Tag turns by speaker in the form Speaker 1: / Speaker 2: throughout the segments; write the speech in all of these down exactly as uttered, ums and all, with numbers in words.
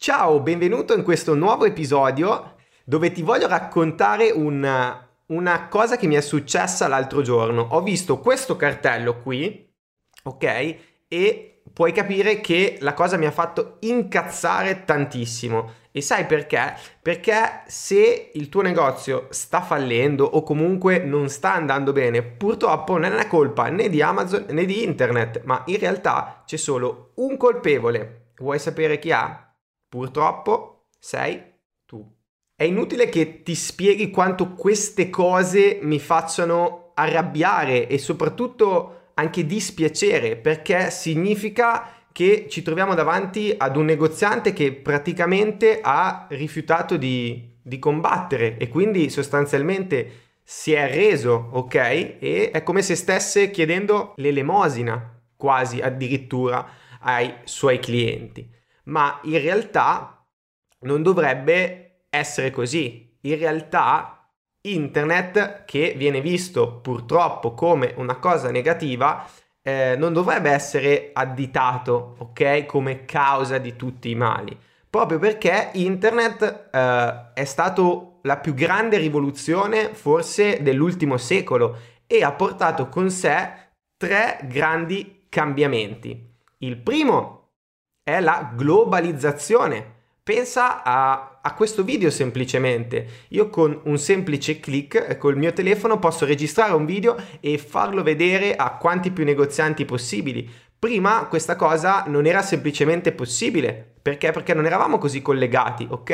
Speaker 1: Ciao, benvenuto in questo nuovo episodio dove ti voglio raccontare una, una cosa che mi è successa l'altro giorno. Ho visto questo cartello qui, ok? E puoi capire che la cosa mi ha fatto incazzare tantissimo. E sai perché? Perché se il tuo negozio sta fallendo o comunque non sta andando bene, purtroppo non è colpa né di Amazon né di internet, ma in realtà c'è solo un colpevole. Vuoi sapere chi ha? Purtroppo sei tu. È inutile che ti spieghi quanto queste cose mi facciano arrabbiare e soprattutto anche dispiacere, perché significa che ci troviamo davanti ad un negoziante che praticamente ha rifiutato di, di combattere e quindi sostanzialmente si è arreso, ok? E è come se stesse chiedendo l'elemosina, quasi addirittura, ai suoi clienti. Ma in realtà non dovrebbe essere così. In realtà internet, che viene visto purtroppo come una cosa negativa, eh, non dovrebbe essere additato, ok, come causa di tutti i mali. Proprio perché internet eh, è stato la più grande rivoluzione forse dell'ultimo secolo e ha portato con sé tre grandi cambiamenti. Il primo è la globalizzazione. Pensa a, a questo video semplicemente. Io con un semplice click col mio telefono posso registrare un video e farlo vedere a quanti più negozianti possibili. Prima questa cosa non era semplicemente possibile. Perché? Perché non eravamo così collegati, ok?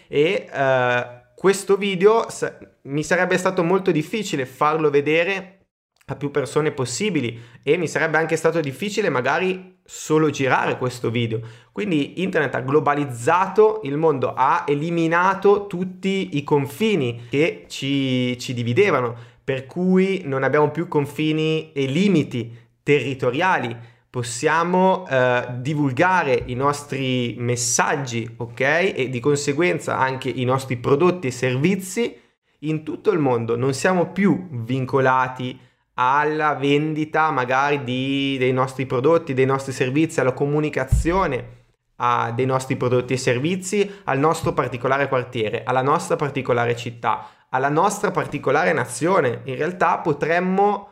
Speaker 1: E uh, questo video sa- mi sarebbe stato molto difficile farlo vedere a più persone possibili e mi sarebbe anche stato difficile magari solo girare questo video. Quindi internet ha globalizzato il mondo, ha eliminato tutti i confini che ci, ci dividevano, per cui non abbiamo più confini e limiti territoriali. Possiamo eh, divulgare i nostri messaggi, ok? E di conseguenza anche i nostri prodotti e servizi in tutto il mondo. Non siamo più vincolati alla vendita magari di, dei nostri prodotti, dei nostri servizi, alla comunicazione a, dei nostri prodotti e servizi al nostro particolare quartiere, alla nostra particolare città, alla nostra particolare nazione. In realtà potremmo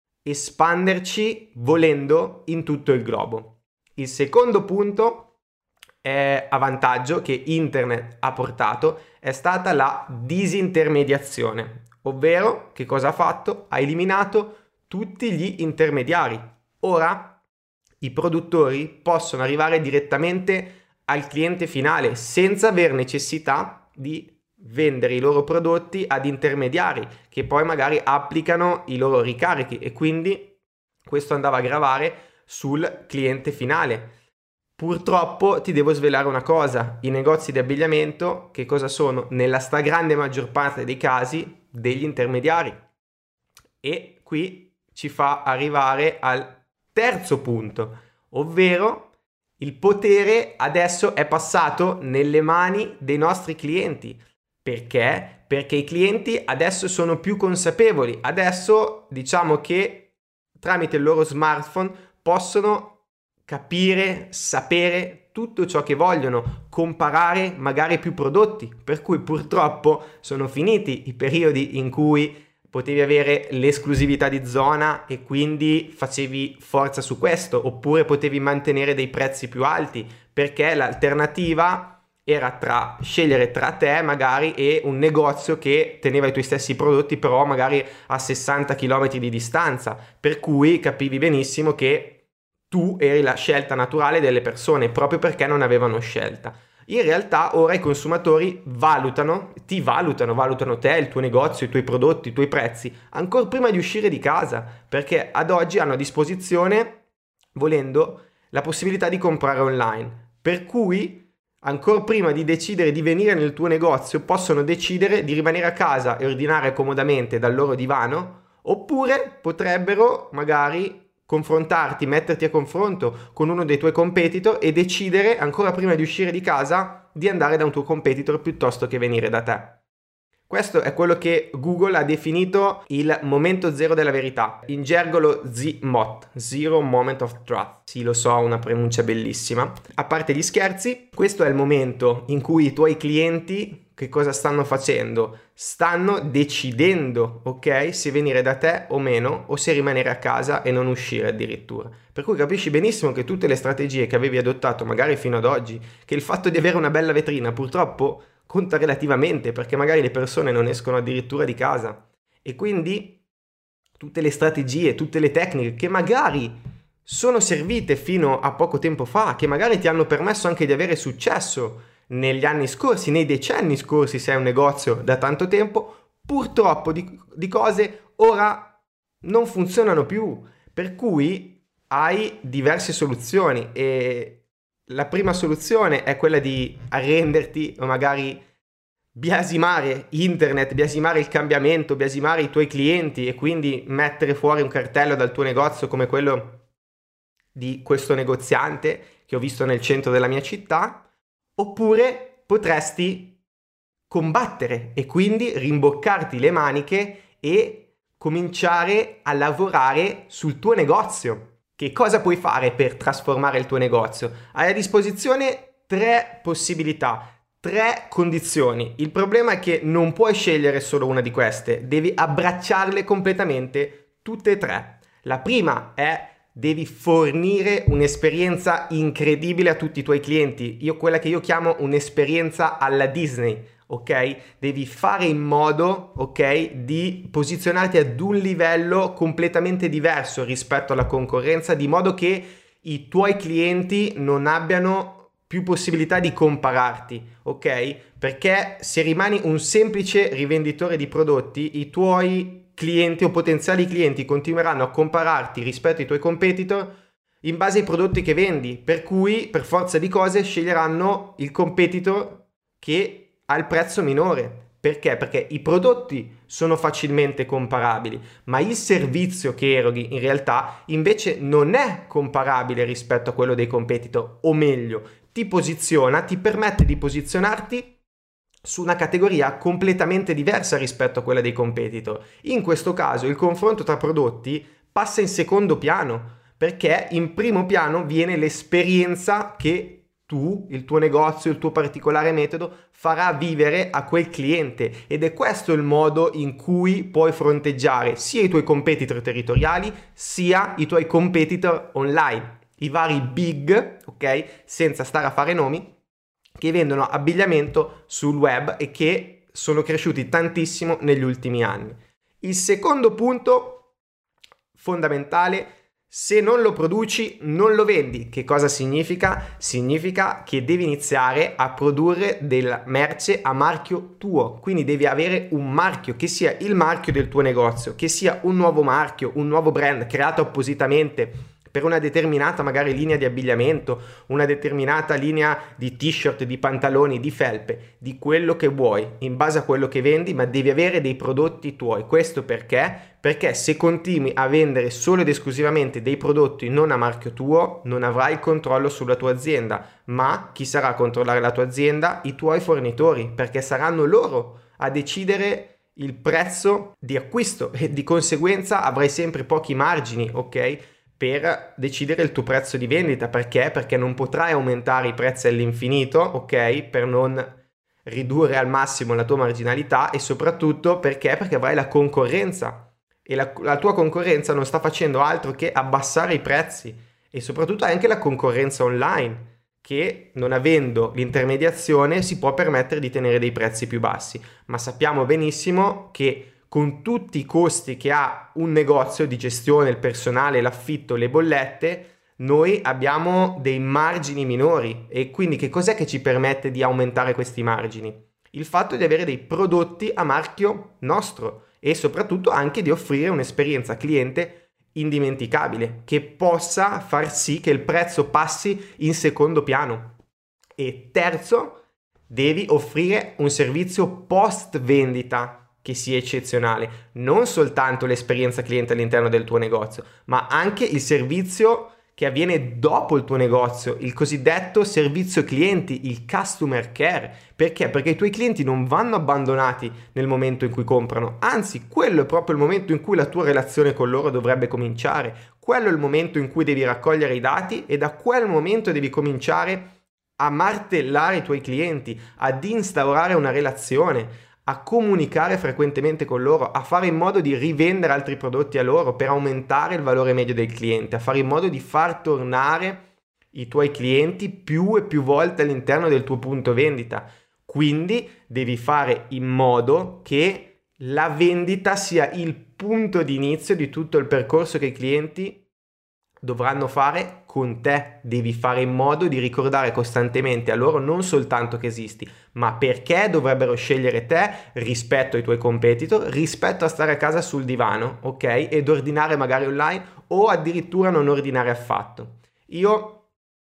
Speaker 1: espanderci volendo in tutto il globo. Il secondo punto è a vantaggio che internet ha portato è stata la disintermediazione, ovvero che cosa ha fatto? Ha eliminato tutti gli intermediari. Ora i produttori possono arrivare direttamente al cliente finale senza aver necessità di vendere i loro prodotti ad intermediari che poi magari applicano i loro ricarichi e quindi questo andava a gravare sul cliente finale. Purtroppo ti devo svelare una cosa: i negozi di abbigliamento che cosa sono? Nella stragrande maggior parte dei casi degli intermediari. E qui ci fa arrivare al terzo punto, ovvero il potere adesso è passato nelle mani dei nostri clienti. Perché? Perché i clienti adesso sono più consapevoli. Adesso diciamo che tramite il loro smartphone possono capire, sapere tutto ciò che vogliono, comparare magari più prodotti. Per cui purtroppo sono finiti i periodi in cui potevi avere l'esclusività di zona e quindi facevi forza su questo, oppure potevi mantenere dei prezzi più alti, perché l'alternativa era tra scegliere tra te magari e un negozio che teneva i tuoi stessi prodotti però magari a sessanta chilometri di distanza, per cui capivi benissimo che tu eri la scelta naturale delle persone proprio perché non avevano scelta. In realtà ora i consumatori valutano, ti valutano, valutano te, il tuo negozio, i tuoi prodotti, i tuoi prezzi, ancora prima di uscire di casa, perché ad oggi hanno a disposizione, volendo, la possibilità di comprare online. Per cui, ancora prima di decidere di venire nel tuo negozio, possono decidere di rimanere a casa e ordinare comodamente dal loro divano, oppure potrebbero magari confrontarti, metterti a confronto con uno dei tuoi competitor e decidere ancora prima di uscire di casa di andare da un tuo competitor piuttosto che venire da te. Questo è quello che Google ha definito il momento zero della verità, in gergo lo Z M O T, Zero Moment of Truth. Sì, lo so, una pronuncia bellissima. A parte gli scherzi, questo è il momento in cui i tuoi clienti che cosa stanno facendo? Stanno decidendo, ok, se venire da te o meno, o se rimanere a casa e non uscire addirittura. Per cui capisci benissimo che tutte le strategie che avevi adottato magari fino ad oggi, che il fatto di avere una bella vetrina purtroppo conta relativamente, perché magari le persone non escono addirittura di casa, e quindi tutte le strategie, tutte le tecniche che magari sono servite fino a poco tempo fa, che magari ti hanno permesso anche di avere successo negli anni scorsi, nei decenni scorsi, se hai un negozio da tanto tempo, purtroppo di, di cose ora non funzionano più, per cui hai diverse soluzioni, e la prima soluzione è quella di arrenderti o magari biasimare internet, biasimare il cambiamento, biasimare i tuoi clienti e quindi mettere fuori un cartello dal tuo negozio come quello di questo negoziante che ho visto nel centro della mia città. Oppure potresti combattere e quindi rimboccarti le maniche e cominciare a lavorare sul tuo negozio. Che cosa puoi fare per trasformare il tuo negozio? Hai a disposizione tre possibilità, tre condizioni. Il problema è che non puoi scegliere solo una di queste, devi abbracciarle completamente tutte e tre. La prima è: devi fornire un'esperienza incredibile a tutti i tuoi clienti. Io quella che io chiamo un'esperienza alla Disney, ok? Devi fare in modo, ok, di posizionarti ad un livello completamente diverso rispetto alla concorrenza, di modo che i tuoi clienti non abbiano più possibilità di compararti, ok? Perché se rimani un semplice rivenditore di prodotti, i tuoi clienti o potenziali clienti continueranno a compararti rispetto ai tuoi competitor in base ai prodotti che vendi, per cui per forza di cose sceglieranno il competitor che ha il prezzo minore. Perché? Perché i prodotti sono facilmente comparabili, ma il servizio che eroghi in realtà invece non è comparabile rispetto a quello dei competitor, o meglio, ti posiziona, ti permette di posizionarti su una categoria completamente diversa rispetto a quella dei competitor. In questo caso il confronto tra prodotti passa in secondo piano, perché in primo piano viene l'esperienza che tu, il tuo negozio, il tuo particolare metodo farà vivere a quel cliente, ed è questo il modo in cui puoi fronteggiare sia i tuoi competitor territoriali sia i tuoi competitor online, i vari big, ok, senza stare a fare nomi, che vendono abbigliamento sul web e che sono cresciuti tantissimo negli ultimi anni. Il secondo punto fondamentale: se non lo produci, non lo vendi. Che cosa significa? Significa che devi iniziare a produrre della merce a marchio tuo, quindi devi avere un marchio che sia il marchio del tuo negozio, che sia un nuovo marchio, un nuovo brand creato appositamente per una determinata magari linea di abbigliamento, una determinata linea di t-shirt, di pantaloni, di felpe, di quello che vuoi, in base a quello che vendi, ma devi avere dei prodotti tuoi. Questo perché? Perché se continui a vendere solo ed esclusivamente dei prodotti non a marchio tuo, non avrai il controllo sulla tua azienda, ma chi sarà a controllare la tua azienda? I tuoi fornitori, perché saranno loro a decidere il prezzo di acquisto e di conseguenza avrai sempre pochi margini, ok? Per decidere il tuo prezzo di vendita. Perché? Perché non potrai aumentare i prezzi all'infinito, ok? Per non ridurre al massimo la tua marginalità, e soprattutto perché? Perché avrai la concorrenza, e la, la tua concorrenza non sta facendo altro che abbassare i prezzi, e soprattutto anche la concorrenza online, che non avendo l'intermediazione si può permettere di tenere dei prezzi più bassi. Ma sappiamo benissimo che con tutti i costi che ha un negozio di gestione, il personale, l'affitto, le bollette, noi abbiamo dei margini minori. E quindi che cos'è che ci permette di aumentare questi margini? Il fatto di avere dei prodotti a marchio nostro, e soprattutto anche di offrire un'esperienza cliente indimenticabile, che possa far sì che il prezzo passi in secondo piano. E terzo, devi offrire un servizio post vendita che sia eccezionale, non soltanto l'esperienza cliente all'interno del tuo negozio, ma anche il servizio che che avviene dopo il tuo negozio, il cosiddetto servizio clienti, il customer care. Perché? Perché i tuoi clienti non vanno abbandonati nel momento in cui comprano, anzi, quello è proprio il momento in cui la tua relazione con loro dovrebbe cominciare, quello è il momento in cui devi raccogliere i dati e da quel momento devi cominciare a martellare i tuoi clienti, ad instaurare una relazione, a comunicare frequentemente con loro, a fare in modo di rivendere altri prodotti a loro per aumentare il valore medio del cliente, a fare in modo di far tornare i tuoi clienti più e più volte all'interno del tuo punto vendita. Quindi devi fare in modo che la vendita sia il punto di inizio di tutto il percorso che i clienti dovranno fare con te. Devi fare in modo di ricordare costantemente a loro non soltanto che esisti, ma perché dovrebbero scegliere te rispetto ai tuoi competitor, rispetto a stare a casa sul divano, ok? Ed ordinare magari online o addirittura non ordinare affatto. Io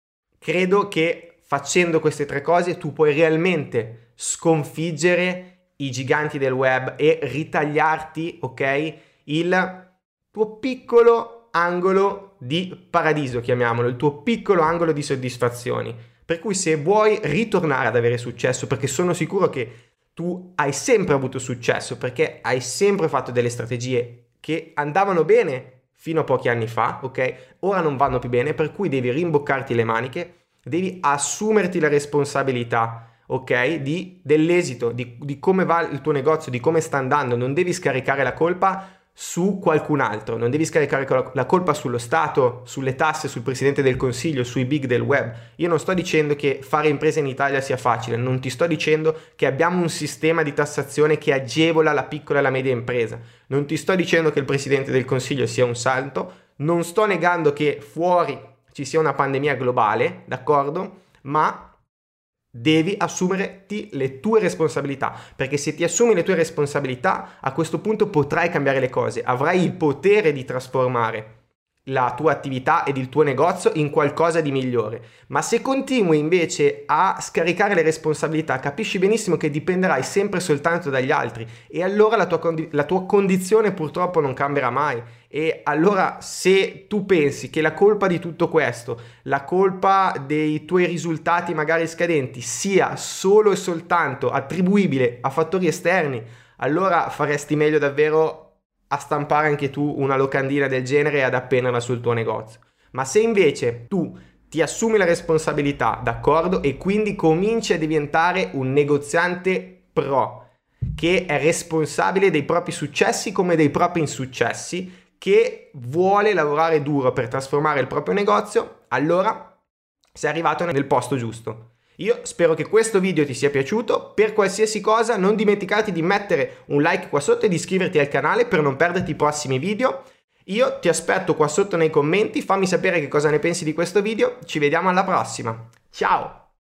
Speaker 1: credo che facendo queste tre cose tu puoi realmente sconfiggere i giganti del web e ritagliarti, ok, il tuo piccolo angolo di paradiso, chiamiamolo, il tuo piccolo angolo di soddisfazioni. Per cui se vuoi ritornare ad avere successo, perché sono sicuro che tu hai sempre avuto successo, perché hai sempre fatto delle strategie che andavano bene fino a pochi anni fa, ok? Ora non vanno più bene, per cui devi rimboccarti le maniche, devi assumerti la responsabilità, ok? Di, dell'esito, di, di come va il tuo negozio, di come sta andando. Non devi scaricare la colpa su qualcun altro, non devi scaricare la colpa sullo Stato, sulle tasse, sul Presidente del Consiglio, sui big del web. Io non sto dicendo che fare impresa in Italia sia facile, non ti sto dicendo che abbiamo un sistema di tassazione che agevola la piccola e la media impresa, non ti sto dicendo che il Presidente del Consiglio sia un santo, non sto negando che fuori ci sia una pandemia globale, d'accordo? Ma devi assumerti le tue responsabilità, perché se ti assumi le tue responsabilità, a questo punto potrai cambiare le cose, avrai il potere di trasformare la tua attività ed il tuo negozio in qualcosa di migliore. Ma se continui invece a scaricare le responsabilità, capisci benissimo che dipenderai sempre soltanto dagli altri e allora la tua, condi- la tua condizione purtroppo non cambierà mai. E allora se tu pensi che la colpa di tutto questo, la colpa dei tuoi risultati magari scadenti sia solo e soltanto attribuibile a fattori esterni, allora faresti meglio davvero a stampare anche tu una locandina del genere e ad appenderla sul tuo negozio. Ma se invece tu ti assumi la responsabilità, d'accordo, e quindi cominci a diventare un negoziante pro, che è responsabile dei propri successi come dei propri insuccessi, che vuole lavorare duro per trasformare il proprio negozio, allora sei arrivato nel posto giusto. Io spero che questo video ti sia piaciuto. Per qualsiasi cosa non dimenticarti di mettere un like qua sotto e di iscriverti al canale per non perderti i prossimi video. Io ti aspetto qua sotto nei commenti, fammi sapere che cosa ne pensi di questo video. Ci vediamo alla prossima. Ciao!